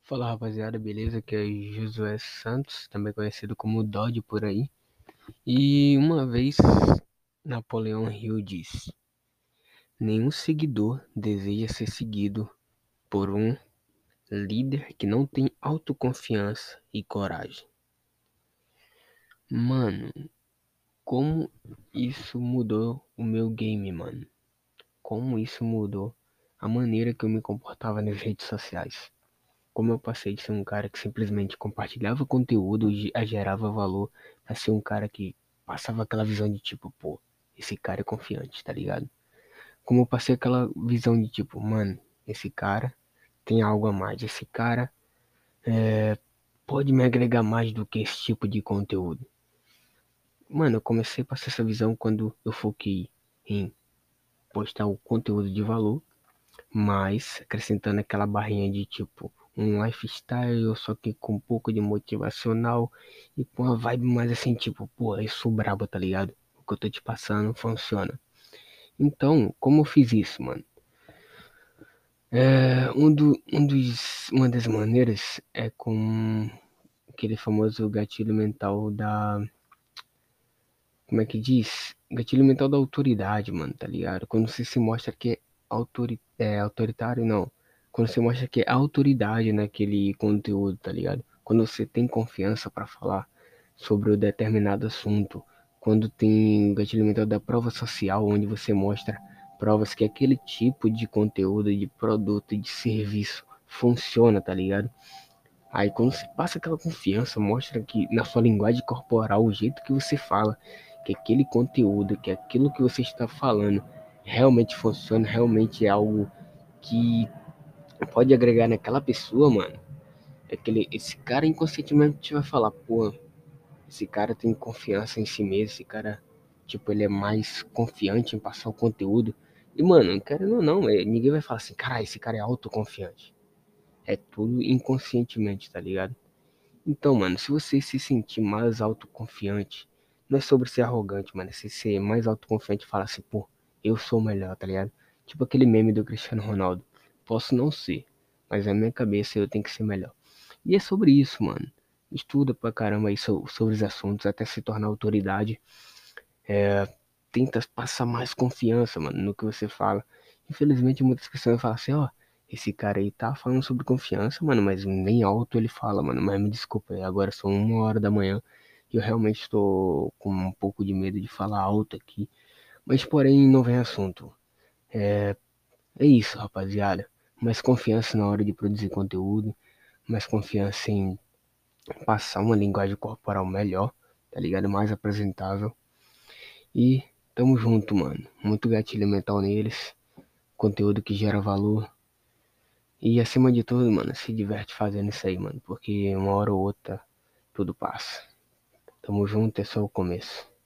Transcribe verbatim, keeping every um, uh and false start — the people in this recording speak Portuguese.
Fala rapaziada, beleza? Aqui é Josué Santos, também conhecido como Dodge por aí. E uma vez Napoleão Hill disse: nenhum seguidor deseja ser seguido por um líder que não tem autoconfiança e coragem. Mano, como isso mudou o meu game, mano? Como isso mudou a maneira que eu me comportava nas redes sociais? Como eu passei de ser um cara que simplesmente compartilhava conteúdo e ge- gerava valor a ser um cara que passava aquela visão de tipo, pô, esse cara é confiante, tá ligado? Como eu passei aquela visão de tipo, mano, esse cara tem algo a mais, esse cara pode me agregar mais do que esse tipo de conteúdo. Mano, eu comecei a passar essa visão quando eu foquei em postar o conteúdo de valor, mas acrescentando aquela barrinha de tipo um lifestyle, só que com um pouco de motivacional e com uma vibe mais assim, tipo, pô, eu sou brabo, tá ligado? O que eu tô te passando funciona. Então, como eu fiz isso, mano? É, um do, um dos, uma das maneiras é com aquele famoso gatilho mental da, como é que diz? Gatilho mental da autoridade, mano, tá ligado? Quando você se mostra que é, autori é autoritário, não. Quando você mostra que é autoridade naquele conteúdo, tá ligado? Quando você tem confiança pra falar sobre o determinado assunto. Quando tem o gatilho mental da prova social, onde você mostra provas que aquele tipo de conteúdo, de produto, de serviço funciona, tá ligado? Aí quando você passa aquela confiança, mostra que na sua linguagem corporal, o jeito que você fala, que aquele conteúdo, que aquilo que você está falando realmente funciona, realmente é algo que pode agregar naquela pessoa, mano. É aquele, esse cara inconscientemente vai falar, pô, esse cara tem confiança em si mesmo, esse cara, tipo, ele é mais confiante em passar o conteúdo. E, mano, querendo ou não, é, ninguém vai falar assim, cara, esse cara é autoconfiante. É tudo inconscientemente, tá ligado? Então, mano, se você se sentir mais autoconfiante, não é sobre ser arrogante, mano, é se ser mais autoconfiante e falar assim, pô, eu sou o melhor, tá ligado? Tipo aquele meme do Cristiano Ronaldo. Posso não ser, mas na minha cabeça eu tenho que ser melhor. E é sobre isso, mano. Estuda pra caramba aí so- sobre os assuntos até se tornar autoridade. Tenta passar mais confiança, mano, no que você fala. Infelizmente, muitas pessoas falam assim, ó, esse cara aí tá falando sobre confiança, mano, mas nem alto ele fala, mano. Mas me desculpa, aí, agora são uma hora da manhã e eu realmente estou com um pouco de medo de falar alto aqui. Mas, porém, não vem assunto. É isso, rapaziada. Mais confiança na hora de produzir conteúdo, mais confiança em passar uma linguagem corporal melhor, tá ligado? Mais apresentável. E tamo junto, mano. Muito gatilho mental neles. Conteúdo que gera valor. E acima de tudo, mano, se diverte fazendo isso aí, mano. Porque uma hora ou outra tudo passa. Tamo junto, é só o começo.